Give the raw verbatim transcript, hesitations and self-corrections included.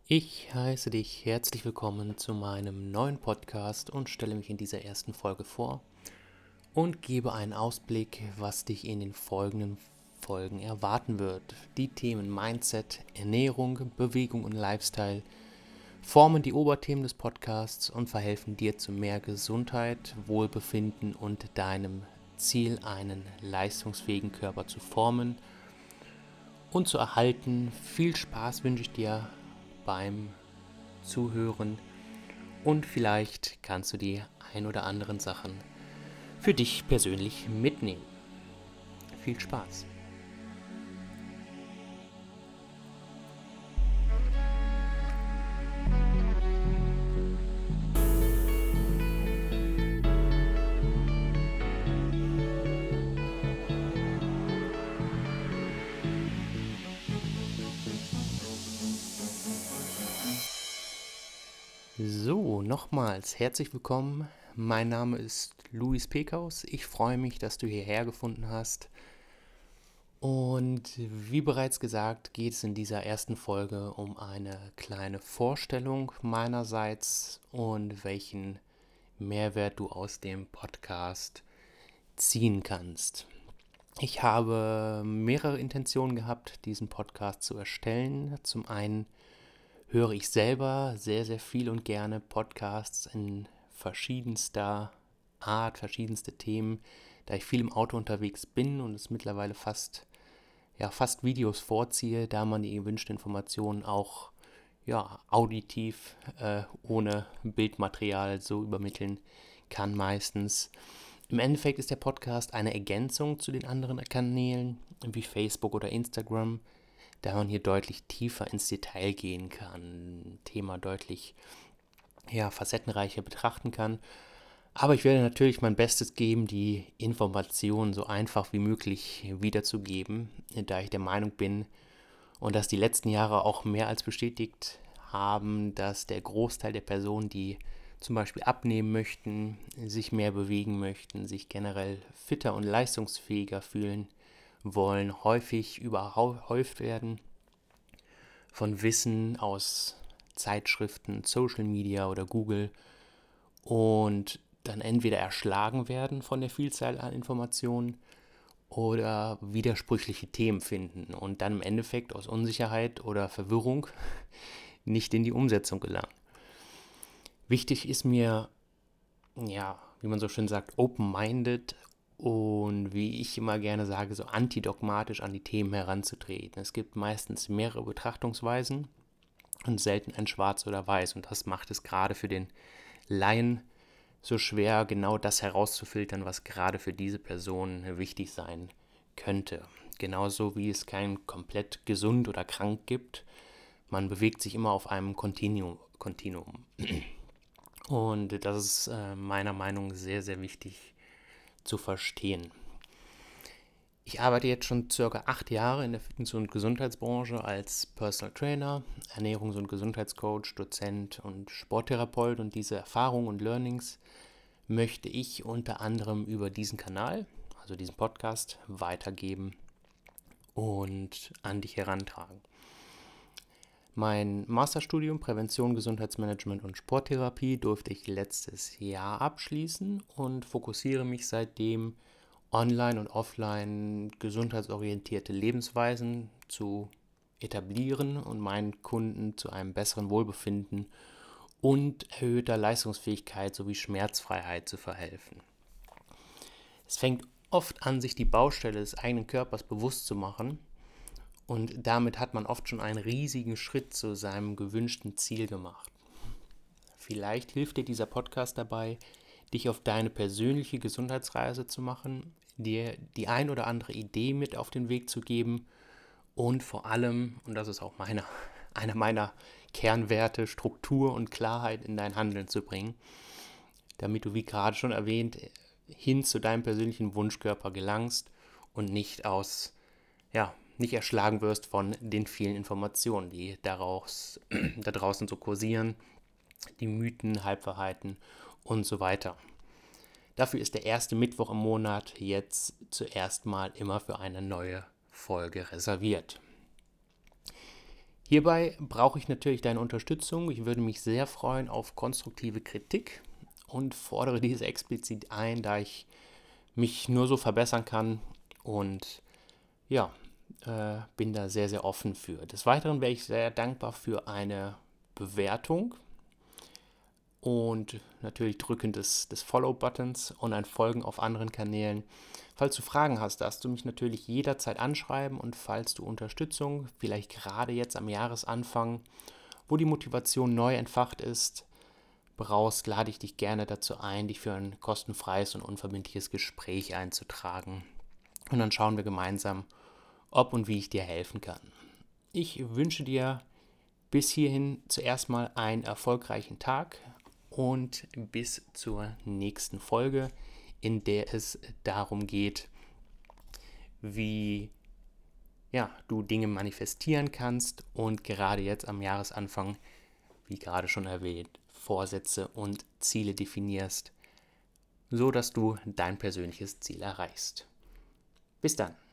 Ich heiße dich herzlich willkommen zu meinem neuen Podcast und stelle mich in dieser ersten Folge vor und gebe einen Ausblick, was dich in den folgenden Folgen erwarten wird. Die Themen Mindset, Ernährung, Bewegung und Lifestyle formen die Oberthemen des Podcasts und verhelfen dir zu mehr Gesundheit, Wohlbefinden und deinem Ziel, einen leistungsfähigen Körper zu formen und zu erhalten. Viel Spaß wünsche ich dir beim Zuhören und vielleicht kannst du die ein oder anderen Sachen für dich persönlich mitnehmen. Viel Spaß! So, nochmals herzlich willkommen. Mein Name ist Luis Pekaus. Ich freue mich, dass du hierher gefunden hast. Und wie bereits gesagt, geht es in dieser ersten Folge um eine kleine Vorstellung meinerseits und welchen Mehrwert du aus dem Podcast ziehen kannst. Ich habe mehrere Intentionen gehabt, diesen Podcast zu erstellen. Zum einen höre ich selber sehr, sehr viel und gerne Podcasts in verschiedenster Art, verschiedenste Themen, da ich viel im Auto unterwegs bin und es mittlerweile fast, ja, fast Videos vorziehe, da man die gewünschten Informationen auch ja, auditiv äh, ohne Bildmaterial so übermitteln kann meistens. Im Endeffekt ist der Podcast eine Ergänzung zu den anderen Kanälen wie Facebook oder Instagram, da man hier deutlich tiefer ins Detail gehen kann, Thema deutlich ja, facettenreicher betrachten kann. Aber ich werde natürlich mein Bestes geben, die Informationen so einfach wie möglich wiederzugeben, da ich der Meinung bin und dass die letzten Jahre auch mehr als bestätigt haben, dass der Großteil der Personen, die zum Beispiel abnehmen möchten, sich mehr bewegen möchten, sich generell fitter und leistungsfähiger fühlen wollen, häufig überhäuft werden von Wissen aus Zeitschriften, Social Media oder Google und dann entweder erschlagen werden von der Vielzahl an Informationen oder widersprüchliche Themen finden und dann im Endeffekt aus Unsicherheit oder Verwirrung nicht in die Umsetzung gelangen. Wichtig ist mir, ja, wie man so schön sagt, open-minded und wie ich immer gerne sage, so antidogmatisch an die Themen heranzutreten. Es gibt meistens mehrere Betrachtungsweisen und selten ein Schwarz oder Weiß. Und das macht es gerade für den Laien so schwer, genau das herauszufiltern, was gerade für diese Person wichtig sein könnte. Genauso wie es kein komplett gesund oder krank gibt. Man bewegt sich immer auf einem Kontinuum. Kontinuum. Und das ist äh, meiner Meinung nach sehr, sehr wichtig zu verstehen. Ich arbeite jetzt schon circa acht Jahre in der Fitness- und Gesundheitsbranche als Personal Trainer, Ernährungs- und Gesundheitscoach, Dozent und Sporttherapeut und diese Erfahrungen und Learnings möchte ich unter anderem über diesen Kanal, also diesen Podcast, weitergeben und an dich herantragen. Mein Masterstudium Prävention, Gesundheitsmanagement und Sporttherapie durfte ich letztes Jahr abschließen und fokussiere mich seitdem online und offline gesundheitsorientierte Lebensweisen zu etablieren und meinen Kunden zu einem besseren Wohlbefinden und erhöhter Leistungsfähigkeit sowie Schmerzfreiheit zu verhelfen. Es fängt oft an, sich die Baustelle des eigenen Körpers bewusst zu machen und damit hat man oft schon einen riesigen Schritt zu seinem gewünschten Ziel gemacht. Vielleicht hilft dir dieser Podcast dabei, dich auf deine persönliche Gesundheitsreise zu machen, dir die ein oder andere Idee mit auf den Weg zu geben und vor allem, und das ist auch meine, einer meiner Kernwerte, Struktur und Klarheit in dein Handeln zu bringen, damit du, wie gerade schon erwähnt, hin zu deinem persönlichen Wunschkörper gelangst und nicht aus, ja, nicht erschlagen wirst von den vielen Informationen, die daraus, da draußen so kursieren, die Mythen, Halbwahrheiten und so weiter. Dafür ist der erste Mittwoch im Monat jetzt zuerst mal immer für eine neue Folge reserviert. Hierbei brauche ich natürlich deine Unterstützung. Ich würde mich sehr freuen auf konstruktive Kritik und fordere diese explizit ein, da ich mich nur so verbessern kann und ja, äh, bin da sehr, sehr offen für. Des Weiteren wäre ich sehr dankbar für eine Bewertung und natürlich Drücken des, des Follow-Buttons und ein Folgen auf anderen Kanälen. Falls du Fragen hast, darfst du mich natürlich jederzeit anschreiben, und falls du Unterstützung, vielleicht gerade jetzt am Jahresanfang, wo die Motivation neu entfacht ist, brauchst, lade ich dich gerne dazu ein, dich für ein kostenfreies und unverbindliches Gespräch einzutragen. Und dann schauen wir gemeinsam, ob und wie ich dir helfen kann. Ich wünsche dir bis hierhin zuerst mal einen erfolgreichen Tag und bis zur nächsten Folge, in der es darum geht, wie ja, du Dinge manifestieren kannst und gerade jetzt am Jahresanfang, wie gerade schon erwähnt, Vorsätze und Ziele definierst, so dass du dein persönliches Ziel erreichst. Bis dann.